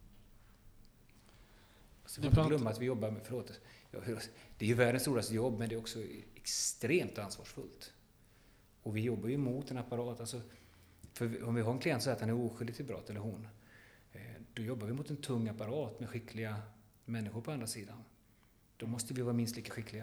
Så man får inte glömma att vi jobbar med, förlåt, det är ju världens stora jobb, men det är också extremt ansvarsfullt. Och vi jobbar ju mot en apparat. Alltså, för om vi har en klient så att han är oskyldig till brott, eller hon, då jobbar vi mot en tung apparat med skickliga människor på andra sidan. Då måste vi vara minst lika skickliga.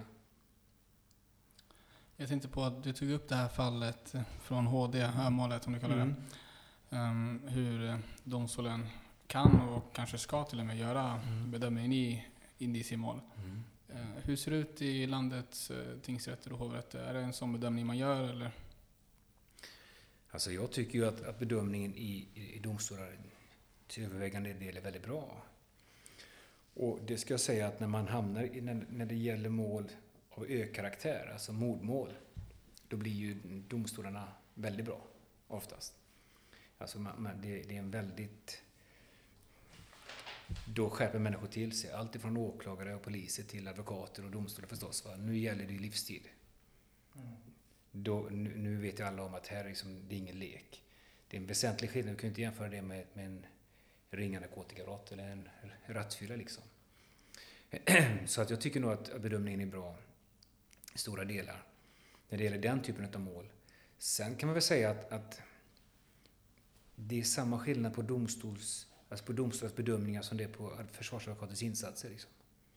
Jag tänkte på att du tog upp det här fallet från H D, målet om du kallar det. Mm. Um, hur domstolen kan och kanske ska till och med göra mm. bedömningen i indiciemål. Mm. Uh, hur ser det ut i landets uh, tingsrätter och hovrätter? Är det en sån bedömning man gör eller? Alltså jag tycker ju att, att bedömningen i, i, i domstolar till övervägande del är väldigt bra. Och det ska jag säga att när man hamnar i, när, när det gäller mål av ö-karaktär, alltså mordmål, då blir ju domstolarna väldigt bra, oftast. Alltså man, man, det, det är en väldigt... Då skärper människor till sig. Allt ifrån åklagare och poliser till advokater och domstolar förstås. Va? Nu gäller det livstid. Mm. Då, nu, nu vet ju alla om att här är liksom, det är ingen lek. Det är en väsentlig skillnad. Du kan inte jämföra det med, med en ringa narkotikabrott eller en rattfylla liksom. Så att jag tycker nog att bedömningen är bra i stora delar när det gäller den typen av mål. Sen kan man väl säga att, att det är samma skillnad på domstols, alltså på domstolens bedömningar som det är på försvarsadvokatens insatser. Liksom.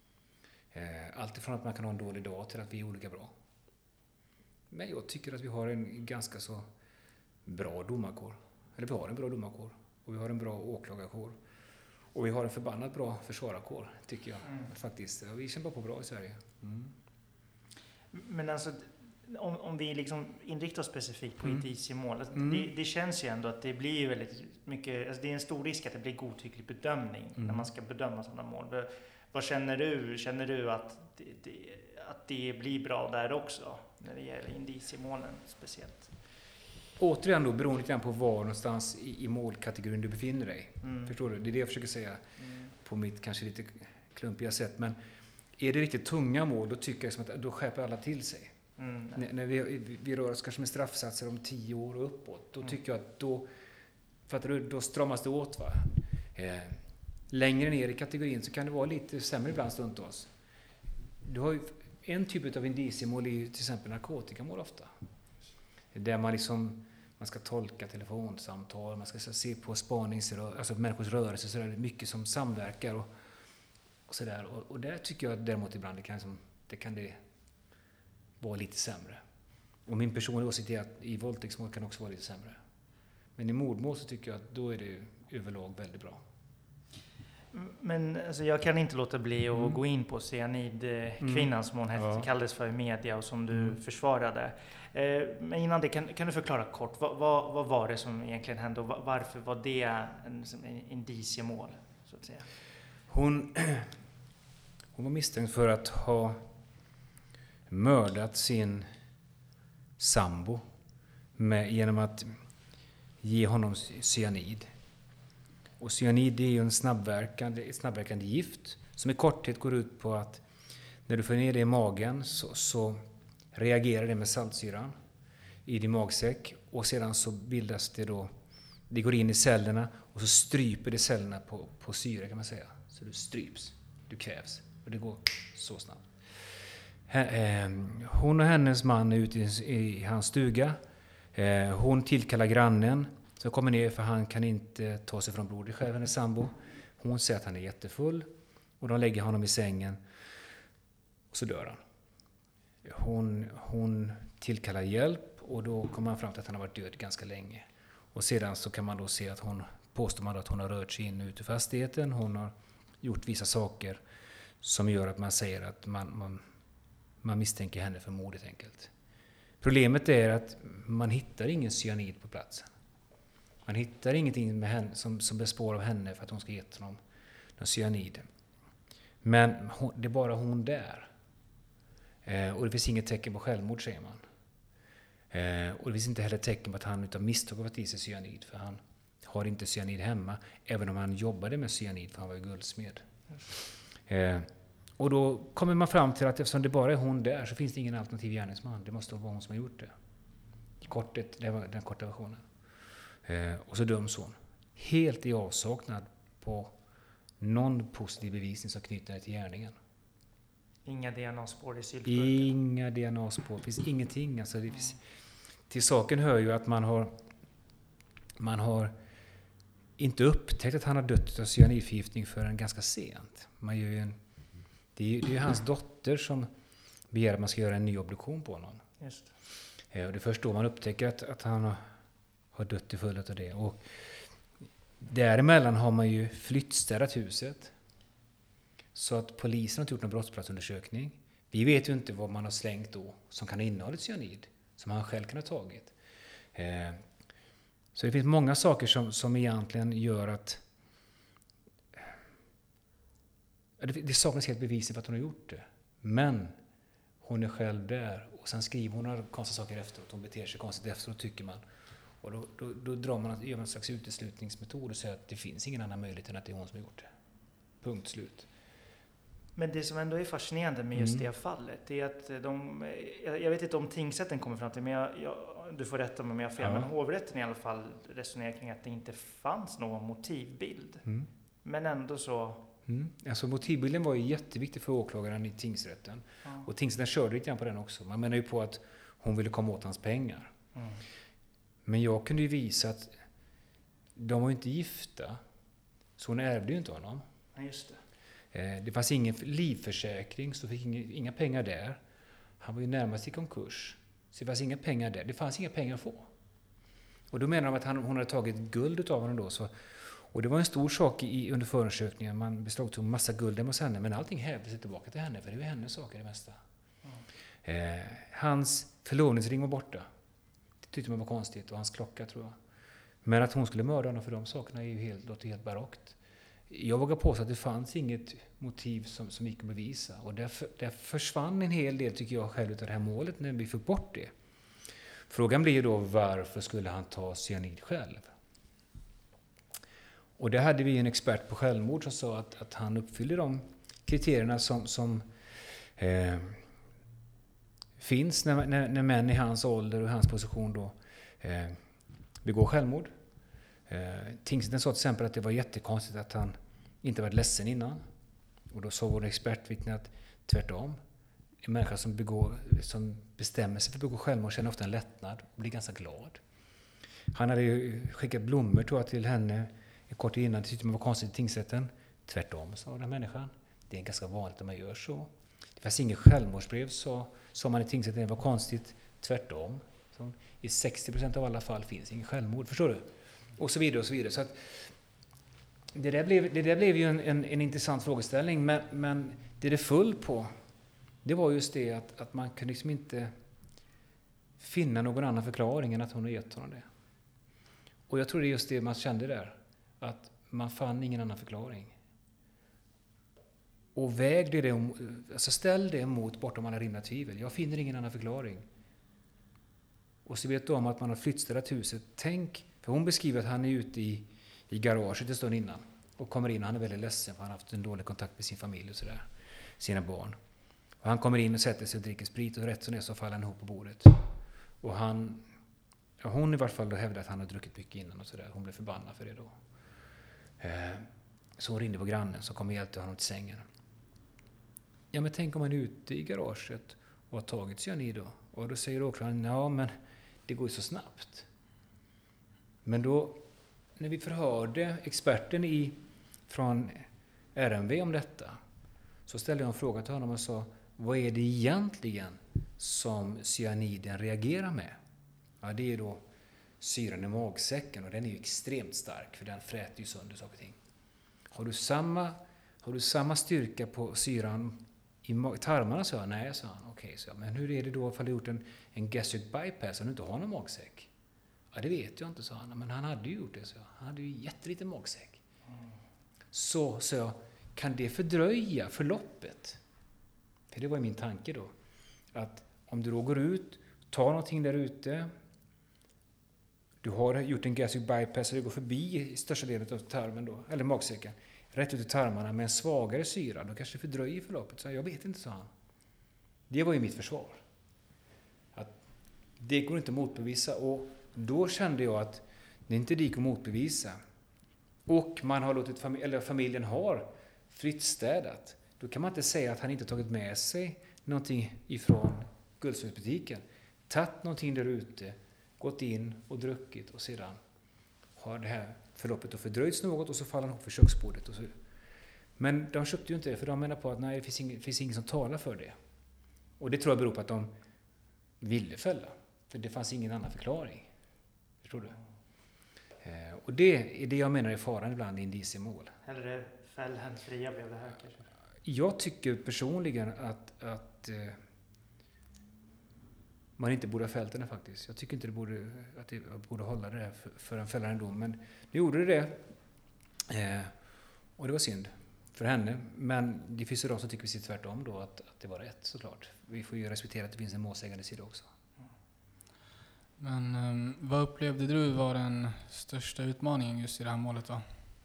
Allt ifrån att man kan ha en dålig dag till att vi är olika bra. Men jag tycker att vi har en ganska så bra domarkår. Eller vi har en bra domarkår. Och vi har en bra åklagarkår. Och vi har en förbannat bra försvararkår, tycker jag. Mm. Faktiskt. Vi kämpar på bra i Sverige. Mm. Men alltså, om, om vi liksom inriktar oss specifikt på Mm. indiciemål. Mm. Det, det känns ju ändå att det blir väldigt mycket, alltså det är en stor risk att det blir godtycklig bedömning mm. när man ska bedöma sådana mål. Vad känner du? Känner du att det, det, att det blir bra där också? När det gäller indiciemålen speciellt. Återigen då, beroende lite på var någonstans i, i målkategorin du befinner dig. Mm. Förstår du? Det är det jag försöker säga mm. på mitt kanske lite klumpiga sätt. Men är det riktigt tunga mål, då tycker jag som att då skärper alla till sig. Mm. N- när vi, vi, vi rör oss kanske med straffsatser om tio år och uppåt, då mm. tycker jag att då, fattar du, då stramas det åt. Va? Eh, längre ner i kategorin så kan det vara lite sämre ibland stundtals. Du har ju en typ av indiciemål är ju till exempel narkotikamål ofta. Där man liksom man ska tolka telefonsamtal, man ska se på spaningsrörelser, alltså människors rörelser, så är det mycket som samverkar och, och sådär. Och, och där tycker jag däremot ibland det kan, liksom, det kan det vara lite sämre. Och min personliga åsikt är att i våldtäktsmål kan det också vara lite sämre. Men i mordmål så tycker jag att då är det överlag väldigt bra. Men alltså, jag kan inte låta bli att Mm. gå in på cyanidkvinnan Mm. som hon hette, Ja. kallades för i media och som du Mm. försvarade. Eh, men innan det, kan, kan du förklara kort, vad, vad, vad var det som egentligen hände och va- varför var det en, som en indiciemål, så att säga? Hon, hon var misstänkt för att ha mördat sin sambo med, genom att ge honom cyanid. Och cyanid är ju en snabbverkande, ett snabbverkande gift som i korthet går ut på att när du får ner det i magen så, så reagerar det med saltsyran i din magsäck och sedan så bildas det då, det går in i cellerna och så stryper det cellerna på, på syre kan man säga. Så du stryps, du kvävs och det går så snabbt. Hon och hennes man är ute i, i hans stuga. Hon tillkallar grannen som kommer ner för han kan inte ta sig från blodet själv, hennes sambo. Hon säger att han är jättefull och de lägger honom i sängen och så dör han. Hon, hon tillkallar hjälp och då kommer man fram till att han har varit död ganska länge. Och sedan så kan man då se att hon, påstår man att hon har rört sig in och ut ur fastigheten. Hon har gjort vissa saker som gör att man säger att man, man, man misstänker henne för mord helt enkelt. Problemet är att man hittar ingen cyanid på platsen. Man hittar ingenting med henne, som, som bär spår av henne för att hon ska ge honom någon cyanid. Men hon, det är bara hon där. Eh, och det finns inget tecken på självmord, säger man. Eh, och det finns inte heller tecken på att han utav misstag har varit i sig cyanid. För han har inte cyanid hemma, även om han jobbade med cyanid för han var ju guldsmed. Eh, och då kommer man fram till att eftersom det bara är hon där så finns det ingen alternativ gärningsman. Det måste vara hon som har gjort det. I korthet, det var den korta versionen. Eh, och så döms hon. Helt i avsaknad på någon positiv bevisning som knyter henne till gärningen. Inga D N A-spår i syltburken? Inga D N A-spår. Det finns ingenting. Alltså det finns, till saken hör ju att man har, man har inte upptäckt att han har dött av cyanidförgiftning förrän ganska sent. Man gör ju en, det är ju det är hans dotter som begär att man ska göra en ny obduktion på honom. Just. Eh, och det är först då man upptäcker att, att han har, har dött till följd av det. Och däremellan har man ju flyttstädat huset. Så att polisen har inte gjort någon brottsplatsundersökning. Vi vet ju inte vad man har slängt då som kan ha innehållit cyanid. Som han själv kan ha tagit. Eh, så det finns många saker som, som egentligen gör att det, det saknas helt bevis för att hon har gjort det. Men hon är själv där. Och sen skriver hon några konstiga saker efteråt. Hon beter sig konstigt efteråt, tycker man. Och då, då, då drar man, gör man en slags uteslutningsmetod och säger att det finns ingen annan möjlighet än att det är hon som har gjort det. Punkt slut. Men det som ändå är fascinerande med just Mm. det fallet är att de, jag jag vet inte om tingsrätten kommer fram till, men jag, jag, du får rätta mig om jag har fel, Ja. men hovrätten i alla fall resonerar kring att det inte fanns någon motivbild. Mm. Men ändå så... Mm. Alltså motivbilden var ju jätteviktig för åklagaren i tingsrätten. Ja. Och tingsrätten körde lite grann på den också. Man menar ju på att hon ville komma åt hans pengar. Mm. Men jag kunde ju visa att de var ju inte gifta. Så hon ärvde ju inte honom. Ja, just det. Eh, det fanns ingen livförsäkring, så fick inga, inga pengar där. Han var ju närmast i konkurs. Så det fanns inga pengar där. Det fanns inga pengar att få. Och då menar de att han, hon hade tagit guld av honom då. Så, och det var en stor sak i, under förundersökningen. Man beslagtog en massa guld hos henne. Men allting hävde sig tillbaka till henne. För det var hennes saker det mesta. Mm. Eh, hans förlovningsring var borta. Det tyckte man var konstigt. Och hans klocka, tror jag. Men att hon skulle mörda honom för de sakerna är ju helt, låter helt barockt. Jag vågar påstå att det fanns inget motiv som, som gick att bevisa. Och därför, där försvann en hel del, tycker jag själv, av det här målet när vi fick bort det. Frågan blir ju då, varför skulle han ta cyanid själv? Och där hade vi en expert på självmord som sa att, att han uppfyller de kriterierna som, som eh, finns när, när, när män i hans ålder och hans position då eh, begår självmord. Eh, tingsrätten sa till exempel att det var jättekonstigt att han inte varit ledsen innan. Och då sa vår expertvittne att tvärtom. En människa som, begår, som bestämmer sig för att begå självmord känner ofta en lättnad och blir ganska glad. Han hade ju skickat blommor tror jag, till henne en kort innan. Det tyckte man var konstigt i tingsrätten. Tvärtom, sa den människan. Det är ganska vanligt att man gör så. Det fanns ingen självmordsbrev, sa, sa man i tingsrätten. Det var konstigt. Tvärtom. Så i sextio procent av alla fall finns ingen självmord. Förstår du? Och så vidare och så vidare. Så att det, där blev, det där blev ju en, en, en intressant frågeställning, men, men det det föll på, det var just det att, att man kunde liksom inte finna någon annan förklaring än att hon har gett honom det. Och jag tror det är just det man kände där, att man fann ingen annan förklaring. Och väg det, det alltså ställ det mot bortom alla rimliga tvivel. Jag finner ingen annan förklaring. Och så vet du om att man har flyttställt huset. Tänk, för hon beskriver att han är ute i, i garaget en stund innan. Och kommer in och han är väldigt ledsen för han har haft en dålig kontakt med sin familj och sådär. Sina barn. Och han kommer in och sätter sig och dricker sprit och rätt som det är så faller han ihop på bordet. Och han, ja, hon i vart fall då hävdar att han har druckit mycket innan och sådär. Hon blev förbannad för det då. Eh, så hon ringde på grannen som kom och hjälpte honom till sängen. Ja, men tänk om man är ute i garaget och har tagit cyanid då. Och då säger åklagaren, ja men det går ju så snabbt. Men då, när vi förhörde experten i, från R M V om detta, så ställde jag en fråga till honom och sa, vad är det egentligen som cyaniden reagerar med? Ja, det är då syran i magsäcken och den är ju extremt stark för den fräter ju sönder saker och ting. Har du samma, har du samma styrka på syran i tarmarna, sa jag? Nej, sa han. Okej, så men hur är det då ifall du gjort en, en gastric bypass och du inte har någon magsäck? Ja, det vet jag inte, sa han. Men han hade ju gjort det, så han hade ju jätteliten magsäck. Mm. Så, så jag, kan det fördröja förloppet? För det var min tanke då. Att om du då går ut, tar någonting där ute, du har gjort en gastric bypass och det går förbi i största delen av tarmen då, eller magsäcken, rätt ut i tarmarna med en svagare syra, då kanske det fördröjer förloppet. Så jag vet inte, sa han. Det var ju mitt försvar. Att det går inte att motbevisa. Och då kände jag att det inte gick att motbevisa. Och man har låtit familj, eller familjen har fritt städat. Då kan man inte säga att han inte tagit med sig någonting ifrån guldsmedsbutiken. Tagit någonting där ute, gått in och druckit och sedan har det här förloppet och fördröjts något och så faller han upp för köksbordet. Och så. Men de köpte ju inte det, för de menar på att nej, det finns ingen, finns ingen som talar för det. Och det tror jag beror på att de ville fälla. För det fanns ingen annan förklaring. Förstår du? Eh, och det är det jag menar är faran ibland i indiciemål. Hellre fäll än fria blev det här kanske? Jag tycker personligen att, att eh, man inte borde ha fällt den faktiskt. Jag tycker inte det borde, att det borde hålla det där för, för en fällande dom. Men det gjorde det. Eh, och det var synd för henne. Men det finns ju de som tycker precis tvärtom då, att, att det var rätt såklart. Vi får ju respektera att det finns en målsägande sida också. Men um, vad upplevde du var den största utmaningen just i det här målet då?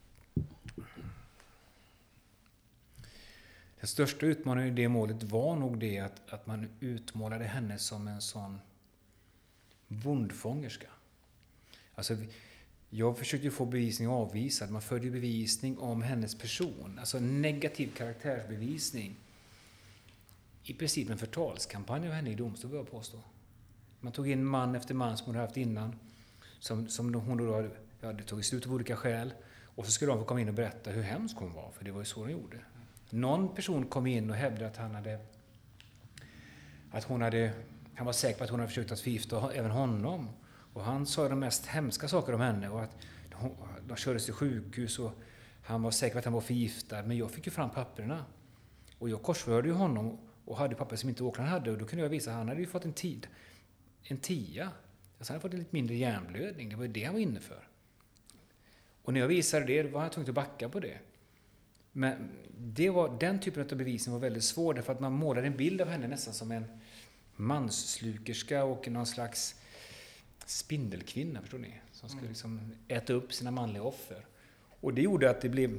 Den största utmaningen i det målet var nog det att, att man utmålade henne som en sån bondfångerska. Alltså, jag försökte få bevisning avvisad. Man förde bevisning om hennes person. Alltså negativ karaktärsbevisning. I princip en förtalskampanj av henne i domstol, vill jag påstå. Man tog in man efter man som hon hade haft innan. Som, som hon då hade, ja, det tog slut av olika skäl. Och så skulle de få komma in och berätta hur hemsk hon var. För det var ju så hon gjorde. Någon person kom in och hävdade att han hade... Att hon hade... Han var säker på att hon hade försökt att förgifta även honom. Och han sa de mest hemska saker om henne. Och att hon, de kördes till sjukhus och han var säker på att han var förgiftad. Men jag fick ju fram papperna. Och jag korsförde ju honom och hade papper som inte åklagaren hade. Och då kunde jag visa att han hade ju fått en tid. En tia. Alltså han hade fått en lite mindre hjärnblödning. Det var ju det han var inne för. Och när jag visade det var jag tvungen att backa på det. Men det var, den typen av bevisning var väldigt svår. Därför att man målade en bild av henne nästan som en mansslukerska och någon slags spindelkvinna, förstår ni? Som skulle liksom äta upp sina manliga offer. Och det gjorde att det blev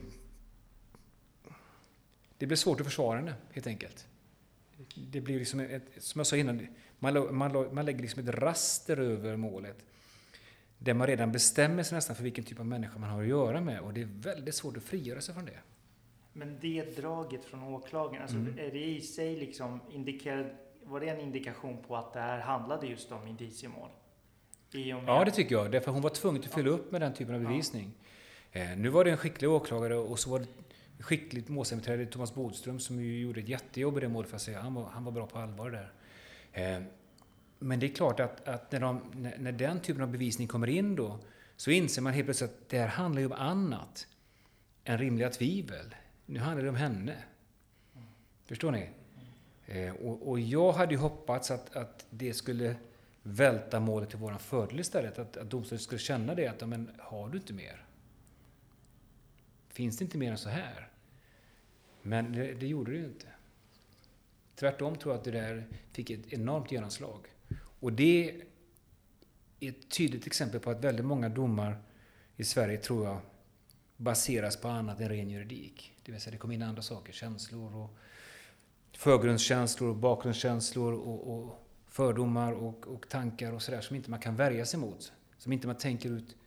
det blev svårt att försvara henne, helt enkelt. Det blev liksom ett, som jag sa innan, man, man, man lägger liksom ett raster över målet. Där man redan bestämmer sig nästan för vilken typ av människa man har att göra med. Och det är väldigt svårt att frigöra sig från det. Men det draget från åklagaren, alltså mm. är det i sig liksom indikerat, var det en indikation på att det här handlade just om indiciemål? Ja, det tycker jag. Därför hon var tvungen att fylla upp med den typen av bevisning. Ja. Eh, nu var det en skicklig åklagare och så var det skickligt målsägandebiträde Thomas Bodström som ju gjorde ett jättejobb i det målet, för att säga. Han var, han var bra på allvar där. Eh, men det är klart att, att när, de, när, när den typen av bevisning kommer in då, så inser man helt plötsligt att det här handlar ju om annat en rimliga tvivel. Nu handlar det om henne. Förstår ni? Eh, och, och jag hade ju hoppats att, att det skulle välta målet till våran fördel istället. Att, att domstolen skulle känna det, att men, har du inte mer? Finns det inte mer än så här? Men det, det gjorde det ju inte. Tvärtom tror jag att det där fick ett enormt genomslag. Och det är ett tydligt exempel på att väldigt många domar i Sverige, tror jag, baseras på annat än ren juridik. Det vill säga det kommer in andra saker, känslor och förgrundskänslor och bakgrundskänslor och, och fördomar och, och tankar och sådär som inte man kan värja sig mot. Som inte man tänker ut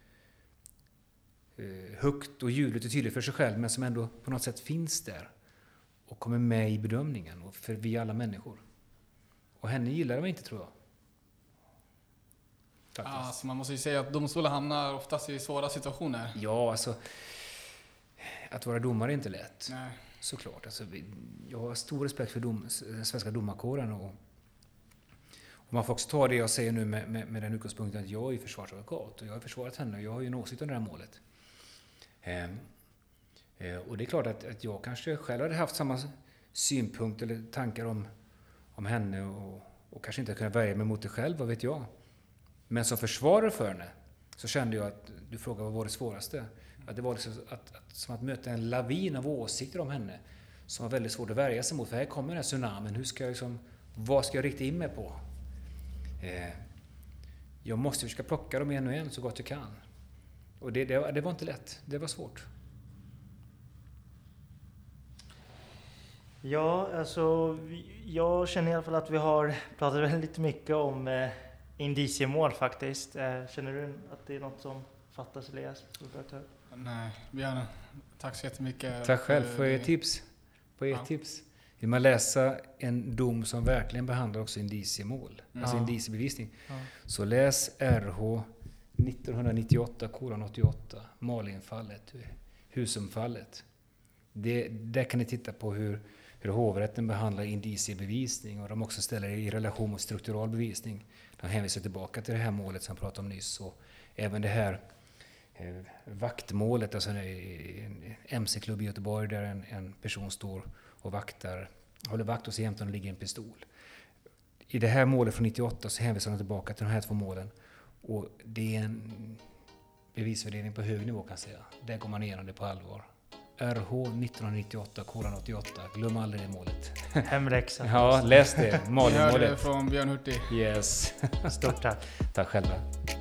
eh, högt och ljudligt och tydligt för sig själv, men som ändå på något sätt finns där och kommer med i bedömningen och för vi alla människor. Och henne gillar man inte, tror jag. Faktiskt. Alltså man måste ju säga att domstolar hamnar oftast i svåra situationer. Ja, alltså att vara domare är inte lätt. Nej. Såklart. Alltså, vi, jag har stor respekt för dom, den svenska domarkåren. Och, och man får också ta det jag säger nu med, med, med den utgångspunkten att jag är försvarsadvokat. Och jag har försvarat henne och jag har ju en åsikt om det här målet. Eh, eh, och det är klart att, att jag kanske själv hade haft samma synpunkt eller tankar om, om henne. Och, och kanske inte kunnat värja mig mot det själv, vad vet jag. Men som försvarare för henne så kände jag att, du frågade vad var det svåraste? Att det var liksom att, att, som att möta en lavin av åsikter om henne som var väldigt svårt att värja sig mot. För här kommer den här tsunamin, hur ska jag liksom, vad ska jag rikta in mig på? Eh, jag måste försöka plocka dem en och en så gott jag kan. Och det, det, det var inte lätt, det var svårt. Ja, alltså jag känner i alla fall att vi har pratat väldigt mycket om eh, indiciemål faktiskt. Eh, känner du att det är något som fattas, Elias? Nej, Björn, tack så jättemycket. Tack själv för ert tips. På ert ja. tips. Vill man läsa en dom som verkligen behandlar också indiciemål, ja. alltså indiciebevisning, ja. så läs R H nittonhundranittioåtta åttioåtta, Malinfallet, Husumfallet. Det, där kan ni titta på hur, hur hovrätten behandlar indiciebevisning och de också ställer det i relation mot struktural bevisning. De hänvisar tillbaka till det här målet som jag pratade om nyss och även det här eh, vaktmålet, alltså en M C-klubb i Göteborg där en, en person står och vaktar, håller vakt och så jämte och ligger en pistol. I det här målet från nittioåtta så hänvisar de tillbaka till de här två målen och det är en bevisvärdering på hög nivå kan jag säga. Där går man igenom det på allvar. R H nittonhundranittioåtta åttioåtta, glöm aldrig det målet. Hemläxa. Ja, läs det. Malinmålet. Vi hör det från Björn Hurtig. Yes. Stort tack. Tack själva.